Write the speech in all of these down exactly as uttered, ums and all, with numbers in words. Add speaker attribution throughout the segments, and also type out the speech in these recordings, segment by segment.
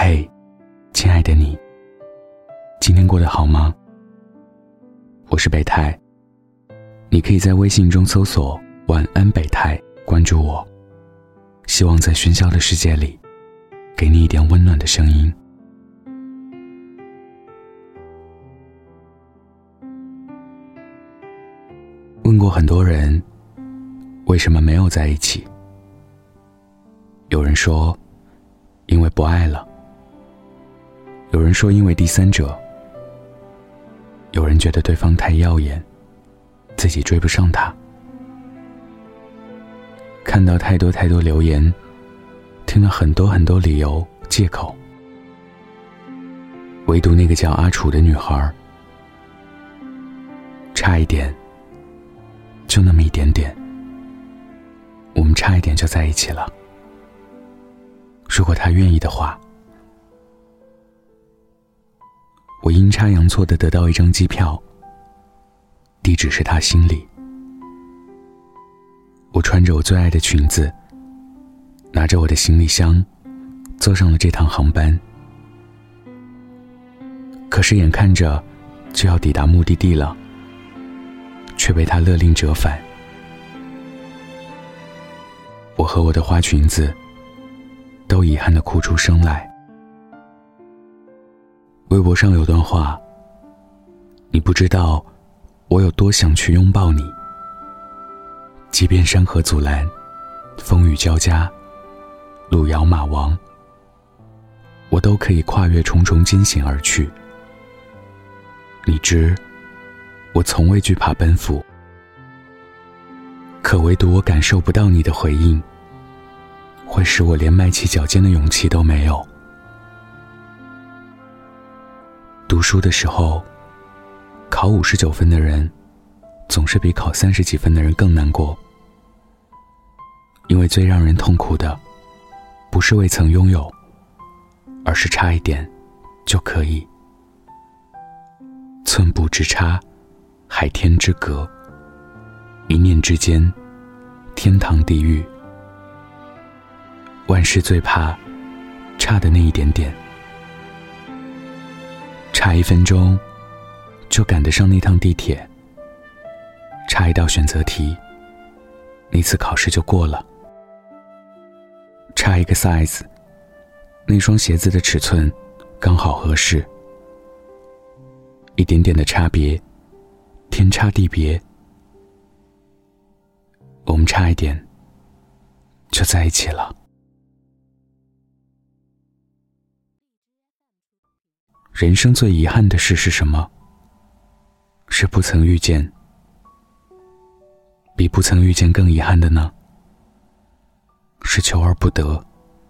Speaker 1: 嘿，亲爱的你，今天过得好吗？我是北太，你可以在微信中搜索晚安北太，关注我，希望在喧嚣的世界里给你一点温暖的声音。问过很多人为什么没有在一起，有人说因为不爱了，有人说因为第三者，有人觉得对方太耀眼，自己追不上他。看到太多太多留言，听了很多很多理由借口，唯独那个叫阿楚的女孩，差一点，就那么一点点，我们差一点就在一起了。如果他愿意的话，我阴差阳错地得到一张机票，地址是他心里。我穿着我最爱的裙子，拿着我的行李箱，坐上了这趟航班。可是眼看着就要抵达目的地了，却被他勒令折返。我和我的花裙子都遗憾地哭出声来。微博上有段话，你不知道我有多想去拥抱你，即便山河阻拦，风雨交加，路遥马亡，我都可以跨越重重艰险而去。你知我从未惧怕奔赴，可唯独我感受不到你的回应，会使我连迈起脚尖的勇气都没有。读书的时候，考五十九分的人总是比考三十几分的人更难过，因为最让人痛苦的不是未曾拥有，而是差一点就可以。寸步之差，海天之隔，一念之间，天堂地狱。万事最怕差的那一点点，差一分钟就赶得上那趟地铁，差一道选择题，那次考试就过了，差一个 size， 那双鞋子的尺寸刚好合适。一点点的差别，天差地别，我们差一点就在一起了。人生最遗憾的事是什么？是不曾遇见。比不曾遇见更遗憾的呢？是求而不得。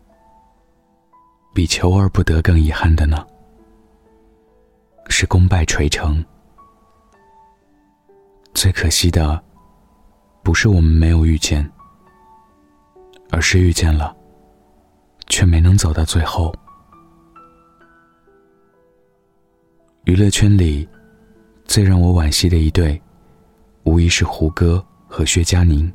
Speaker 1: 比求而不得更遗憾的呢？是功败垂成。最可惜的不是我们没有遇见，而是遇见了，却没能走到最后。娱乐圈里最让我惋惜的一对，无疑是胡歌和薛佳凝。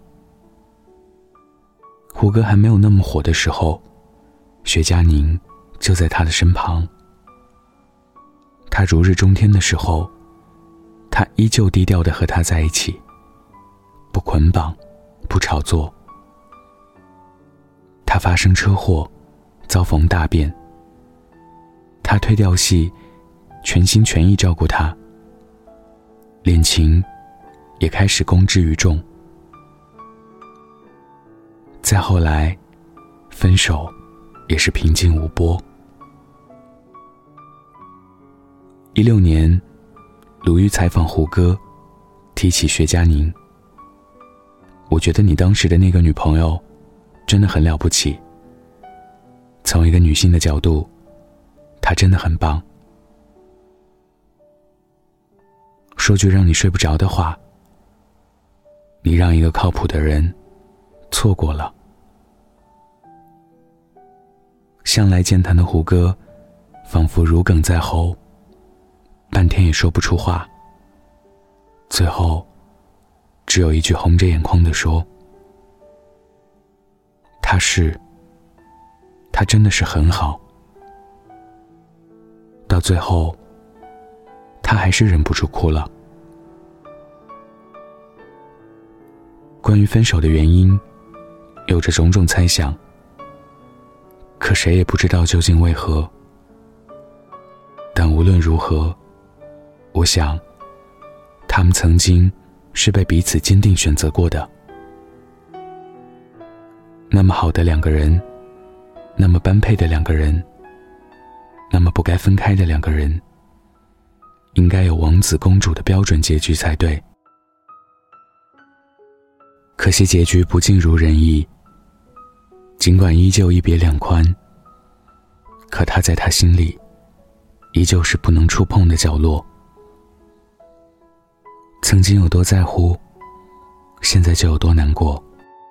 Speaker 1: 胡歌还没有那么火的时候，薛佳凝就在他的身旁。他如日中天的时候，他依旧低调地和他在一起，不捆绑，不炒作。他发生车祸，遭逢大变，他推掉戏，全心全意照顾他，恋情也开始公之于众。再后来，分手也是平静无波。一六年，鲁豫采访胡歌，提起薛佳凝，我觉得你当时的那个女朋友真的很了不起。从一个女性的角度，她真的很棒。说句让你睡不着的话，你让一个靠谱的人错过了。向来健谈的胡歌仿佛如鲠在喉，半天也说不出话，最后只有一句红着眼眶地说，他是他真的是很好， 最后，他还是忍不住哭了。关于分手的原因，有着种种猜想，可谁也不知道究竟为何。但无论如何，我想，他们曾经是被彼此坚定选择过的。那么好的两个人，那么般配的两个人，那么不该分开的两个人，应该有王子公主的标准结局才对。可惜结局不尽如人意，尽管依旧一别两宽，可他在他心里依旧是不能触碰的角落。曾经有多在乎，现在就有多难过。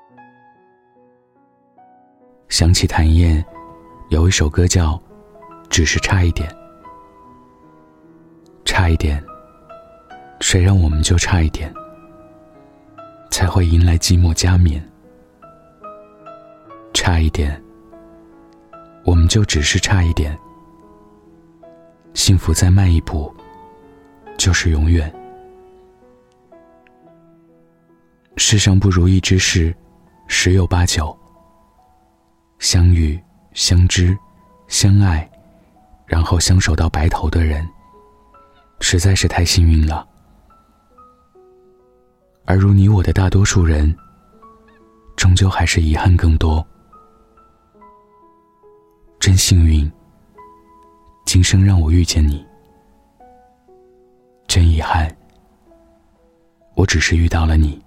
Speaker 1: 想起谭燕有一首歌叫《只是差一点》，差一点，谁让我们就差一点，才会迎来寂寞加冕。差一点，我们就只是差一点，幸福再慢一步，就是永远。世上不如意之事十有八九，相遇、相知、相爱，然后相守到白头的人，实在是太幸运了。而如你我的大多数人，终究还是遗憾更多。真幸运，今生让我遇见你。真遗憾，我只是遇到了你。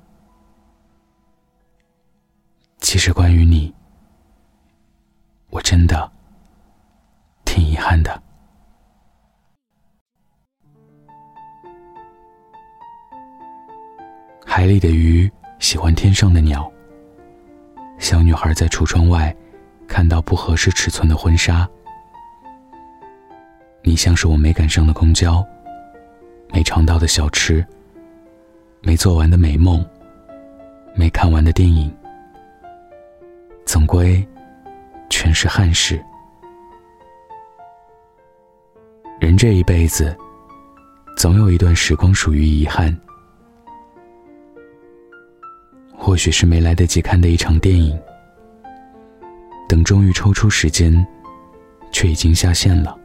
Speaker 1: 其实关于你，我真的挺遗憾的。海里的鱼喜欢天上的鸟。小女孩在橱窗外看到不合适尺寸的婚纱。你像是我没赶上的公交，没尝到的小吃，没做完的美梦，没看完的电影，总归全是憾事。人这一辈子，总有一段时光属于遗憾。或许是没来得及看的一场电影，等终于抽出时间，却已经下线了。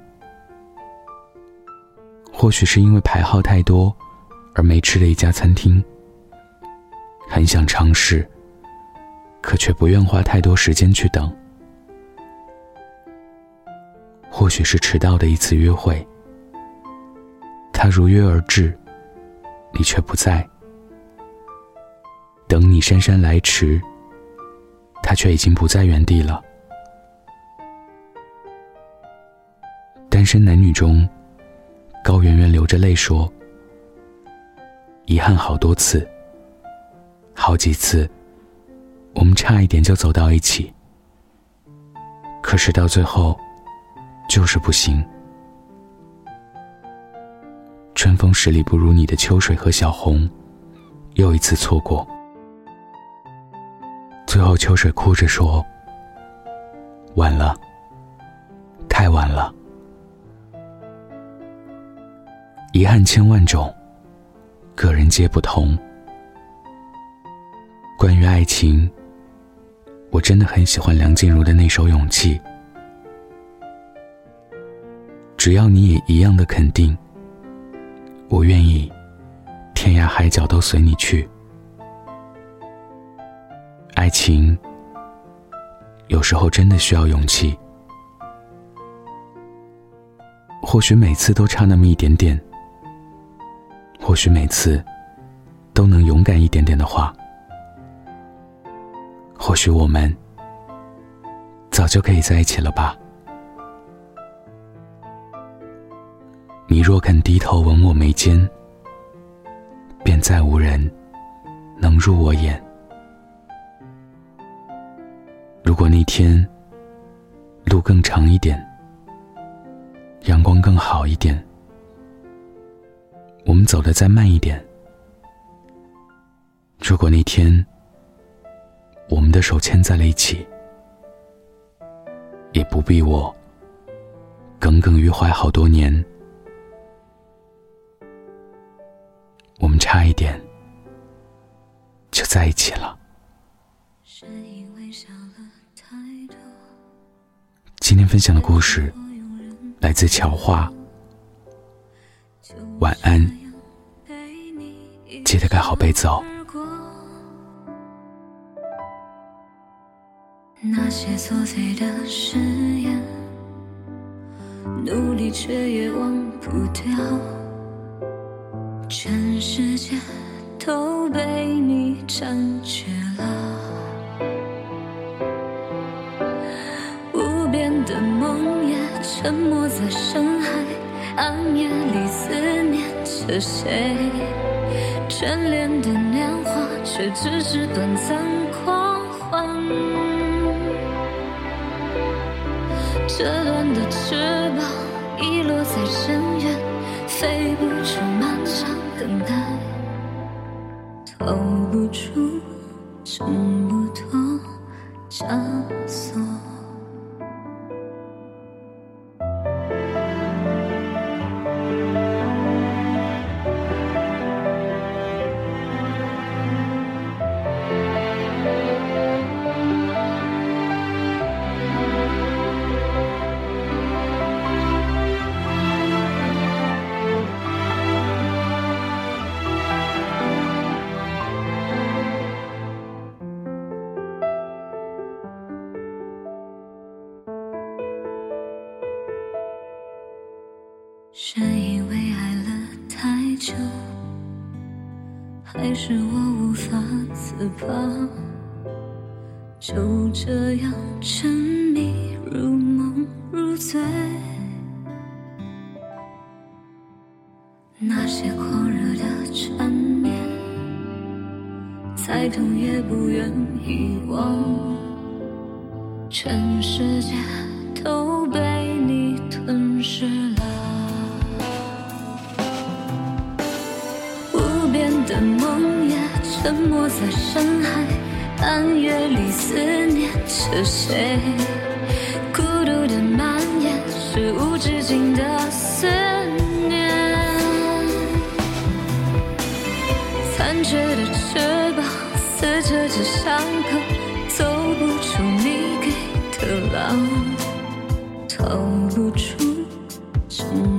Speaker 1: 或许是因为排号太多而没吃的一家餐厅，很想尝试，可却不愿花太多时间去等。或许是迟到的一次约会，他如约而至，你却不在。等你姗姗来迟，他却已经不在原地了。单身男女中，高圆圆流着泪说，遗憾好多次，好几次我们差一点就走到一起，可是到最后就是不行。春风十里不如你的秋水和小红又一次错过。最后秋水哭着说，晚了，太晚了。遗憾千万种，个人皆不同。关于爱情，我真的很喜欢梁静茹的那首《勇气》。只要你也一样的肯定，我愿意天涯海角都随你去。爱情有时候真的需要勇气，或许每次都差那么一点点，或许每次都能勇敢一点点的话，或许我们早就可以在一起了吧。你若肯低头吻我眉间，便再无人能入我眼。如果那天路更长一点，阳光更好一点，我们走得再慢一点，如果那天我们的手牵在了一起，也不必我耿耿于怀好多年，我们差一点就在一起了。今天分享的故事来自乔画，晚安，记得盖好被子哦。
Speaker 2: 那些作废的誓言，努力却也忘不掉，全世界都被你占据了。无边的梦也沉没在深海，暗夜里思念着谁，眷恋的年华却只是短暂狂欢。折断的翅膀遗落在深渊，飞不出漫长等待，逃不出挣不脱枷锁。是因为爱了太久，还是我无法自拔，就这样沉迷如梦如醉。那些狂热的缠绵，再痛也不愿遗忘，全世界都被你吞噬了。无边的梦也沉没在深海，暗夜里思念着谁，孤独的蔓延是无止境的思念。残缺的翅膀撕扯着伤口，走不出你给的浪，逃不出沉默。